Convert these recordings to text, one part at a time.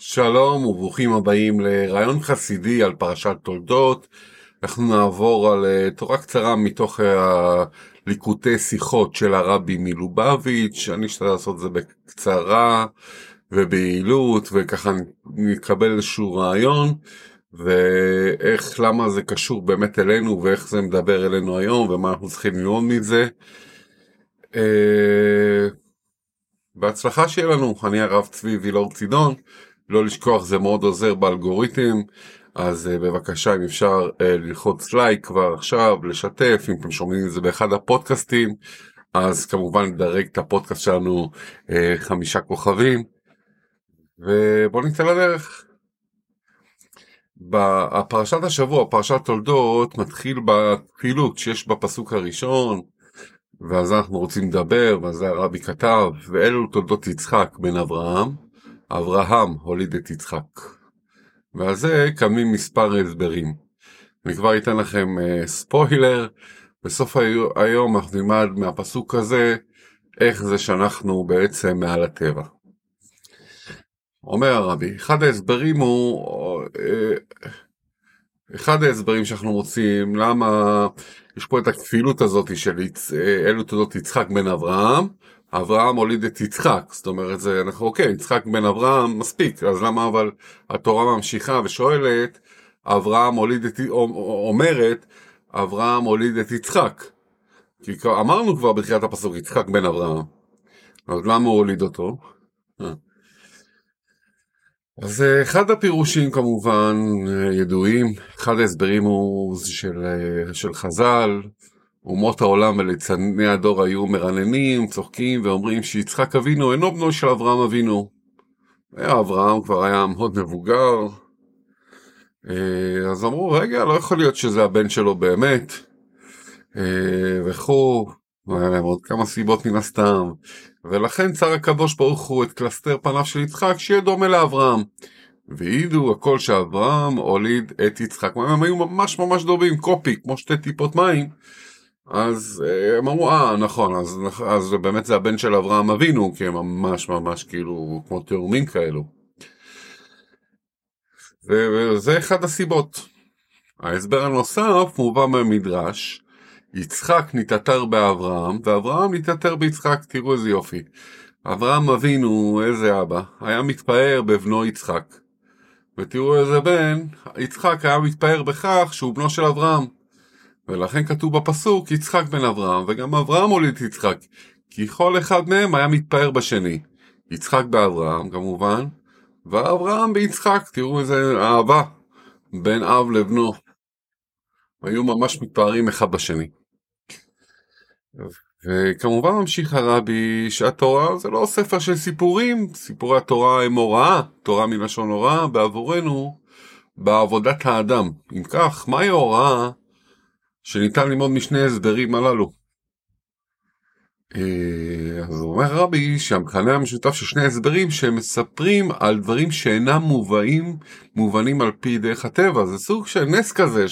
שלום וברוכים הבאים לרעיון חסידי על פרשת תולדות. אנחנו נעבור על תורה קצרה מתוך ליקוטי שיחות של הרבי מלובביץ'. אני אשתדל לעשות את זה בקצרה וביעילות, וככה נקבל איזשהו רעיון ואיך, למה זה קשור באמת אלינו ואיך זה מדבר אלינו היום ומה אנחנו צריכים ללמוד מזה. בהצלחה שיהיה לנו. אני הרב צבי וילור צידון. לא לשכוח, זה מאוד עוזר באלגוריתם, אז בבקשה אם אפשר ללחוץ לייק כבר עכשיו, לשתף. אם אתם שומעים את זה באחד הפודקאסטים, אז כמובן לדרג את הפודקאסט שלנו 5 כוכבים, ובואו נצא לדרך. בפרשת השבוע, פרשת תולדות, מתחיל בפעילות שיש בפסוק הראשון, ואז אנחנו רוצים לדבר, ואז הרבי כתב, ואלו תולדות יצחק בן אברהם. אברהם הוליד את יצחק. ועל זה קמים מספר הסברים. אני כבר אתן לכם ספוילר. בסוף היום אנחנו נלמד מהפסוק הזה איך זה שאנחנו בעצם מעל הטבע. אומר הרבי, אחד ההסברים שאנחנו מוצאים, למה יש פה את הכפילות הזאת של אלו תולדות יצחק בן אברהם. אברהם הוליד את יצחק, זאת אומרת, זה אנחנו אוקיי, יצחק בן אברהם מספיק, אז למה אבל התורה ממשיכה ושואלת, אומרת, אברהם הוליד את יצחק, כי אמרנו כבר בתחילת הפסוק, יצחק בן אברהם, אז למה הוא הוליד אותו? אז אחד הפירושים כמובן ידועים, אחד ההסברים הוא של חז"ל, אומות העולם וליצני הדור היו מרננים, צוחקים ואומרים שיצחק אבינו אינו בנו של אברהם אבינו. אברהם כבר היה מאוד מבוגר, אז אמרו רגע, לא יכול להיות שזה הבן שלו באמת, וכו', היה להם עוד כמה סיבות מן הסתם, ולכן צר הקדוש ברוך הוא את קלסתר פניו של יצחק שיהיה דומה לאברהם, והעידו הכל שאברהם הוליד את יצחק. הם היו ממש ממש דומים, קופי, כמו 2 טיפות מים. אז הם אמרו, נכון, אז באמת זה הבן של אברהם אבינו, כי הם ממש ממש כאילו כמו תאומים כאלו. וזה אחד הסיבות. ההסבר הנוסף מובא מהמדרש, יצחק נתעטר באברהם, ואברהם נתעטר ביצחק. תראו איזה יופי. אברהם אבינו, איזה אבא, היה מתפאר בבנו יצחק. ותראו איזה בן, יצחק היה מתפאר בכך שהוא בנו של אברהם. ולכן כתוב בפסוק יצחק בן אברהם, וגם אברהם הוליד את יצחק, כי כל אחד מהם היה מתפאר בשני. יצחק באברהם כמובן, ואברהם ביצחק. תראו איזה אהבה בין אב לבנו, היו ממש מתפארים אחד בשני. וכמובן ממשיך הרבי שהתורה זה לא ספר של סיפורים, סיפורי התורה הם הוראה, תורה מלשון הוראה בעבורנו בעבודת האדם. אם כך, מהי ההוראה שניתן ללמוד משני הסברים הללו? אז אומר רבי שהמכנה המשותף של שני הסברים שהם מספרים על דברים שאינם מובנים על פי דרך הטבע. זה סוג של נס כזה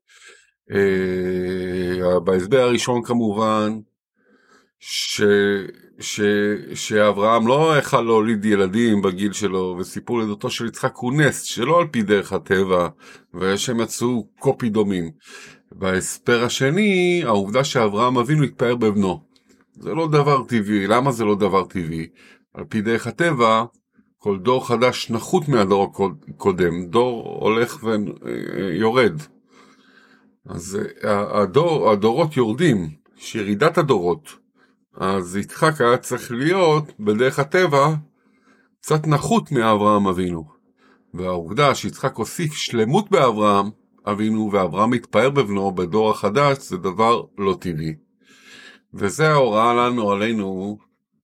בהסבר הראשון כמובן שאברהם לא יכל להוליד ילדים בגיל שלו, וסיפור לידתו של יצחק הוא נס שלא על פי דרך הטבע, ושהם יצאו קופי דומים. בהסבר השני, העובדה שאברהם אבינו התפאר בבנו, זה לא דבר טבעי. למה זה לא דבר טבעי? על פי דרך הטבע, כל דור חדש נחות מהדור הקודם, דור הולך ויורד. אז הדורות יורדים, שירידת הדורות. אז יצחק היה צריך להיות בדרך הטבע קצת נחות מאברהם אבינו. והעובדה שיצחק הוסיף שלמות באברהם אבינו, ואברהם מתפאר בבנו בדור החדש, זה דבר לא טבעי. וזה ההוראה לנו עלינו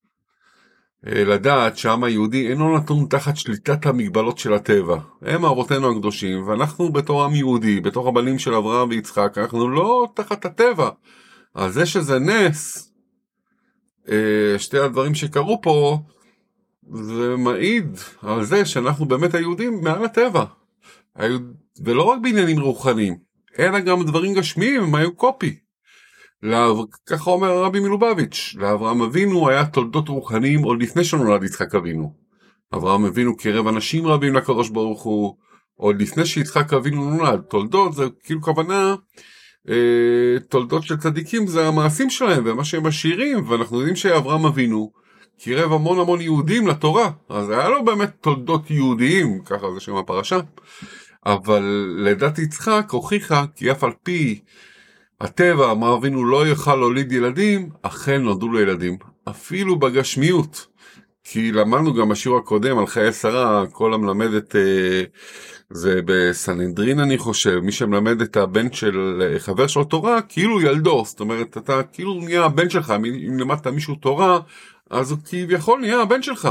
לדעת שהעם היהודי אינו נתון תחת שליטת המגבלות של הטבע. הם אבותינו הקדושים, ואנחנו בתור עם יהודי, בתור הבנים של אברהם ויצחק, אנחנו לא תחת הטבע. אז זה שזה נס, שתי הדברים שקרו פה, זה מעיד על זה שאנחנו באמת היהודים מעל הטבע. ולא רק בעניינים רוחניים, אלא גם דברים גשמיים, הם היו קופי. ככה אומר הרבי מלובביץ', לאברהם אבינו היה תולדות רוחניים עוד לפני שנולד יצחק אבינו. אברהם אבינו קירב אנשים רבים לקדוש ברוך הוא, עוד לפני שיצחק אבינו נולד. תולדות זה כאילו כוונה, תולדות של צדיקים זה המעשים שלהם ומה שהם משאירים, ואנחנו יודעים שאברהם אבינו קירב המון יהודים לתורה, אז היה לו באמת תולדות יהודיים, ככה זה שם הפרשה. אבל לידת יצחק הוכיחה כי אף על פי הטבע, אברהם אבינו לא יוכל להוליד ילדים, אכן נולדו לו ילדים, אפילו בגשמיות. כי למדנו גם בשיעור הקודם על חיי שרה, כל המלמד את, זה בסנהדרין אני חושב, מי שמלמד את הבן של חבר שלו תורה, כאילו ילדו, זאת אומרת, אתה כאילו נהיה הבן שלך, אם למדת מישהו תורה, אז הוא כביכול נהיה הבן שלך.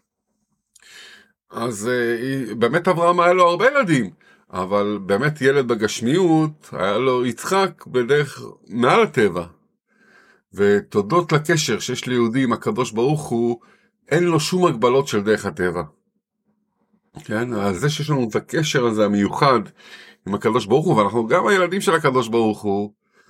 אז באמת אברהם היה לו הרבה ילדים, אבל באמת ילד בגשמיות, היה לו יצחק בדרך מעל הטבע. ותודות לקשר שיש ליהודי עם הקדוש ברוך הוא, אין לו שום הגבלות של דרך הטבע. כן? אז זה שיש לנו את הקשר הזה המיוחד עם הקדוש ברוך הוא, ואנחנו גם הילדים של הקדוש ברוך הוא,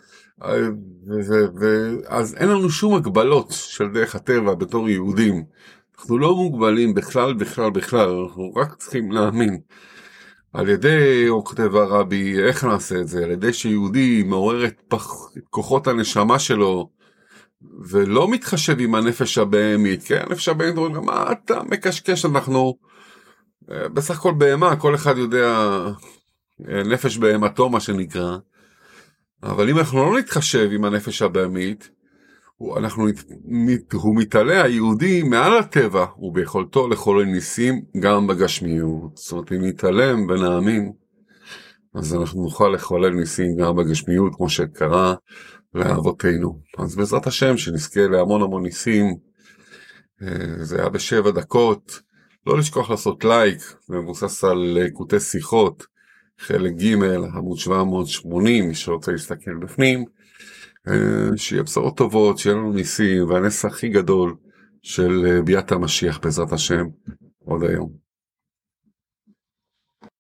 אז אין לנו שום הגבלות של דרך הטבע בתור יהודים. אנחנו לא מוגבלים בכלל, אנחנו רק צריכים להאמין. על ידי, או כותב הרבי, איך נעשה את זה? על ידי שיהודי מעורר את כוחות הנשמה שלו, ולא מתחשב עם הנפש הבהמית, כן? הנפש הבהמית אומרים, מה אתה מקשקש? אנחנו בסך הכל בהמה, כל אחד יודע נפש בהמתו מה שנקרא, אבל אם אנחנו לא נתחשב עם הנפש הבהמית, הוא מתעלה היהודי מעל הטבע, וביכולתו לחולל ניסים גם בגשמיות. זאת אומרת, אם נתעלם ונאמין, אז אנחנו נוכל לחולל ניסים גם בגשמיות, כמו שקרה לאבותינו. אז בעזרת השם שנזכה להמון ניסים. זה היה ב7 דקות. לא לשכוח לעשות לייק, זה מבוסס על קוטעי שיחות, חלק ג' עמוד 780, מי שרוצה להסתכל בפנים. שיהיה בשורות טובות, שיהיה לנו ניסים, והנס הכי גדול של ביאת המשיח בעזרת השם עוד היום.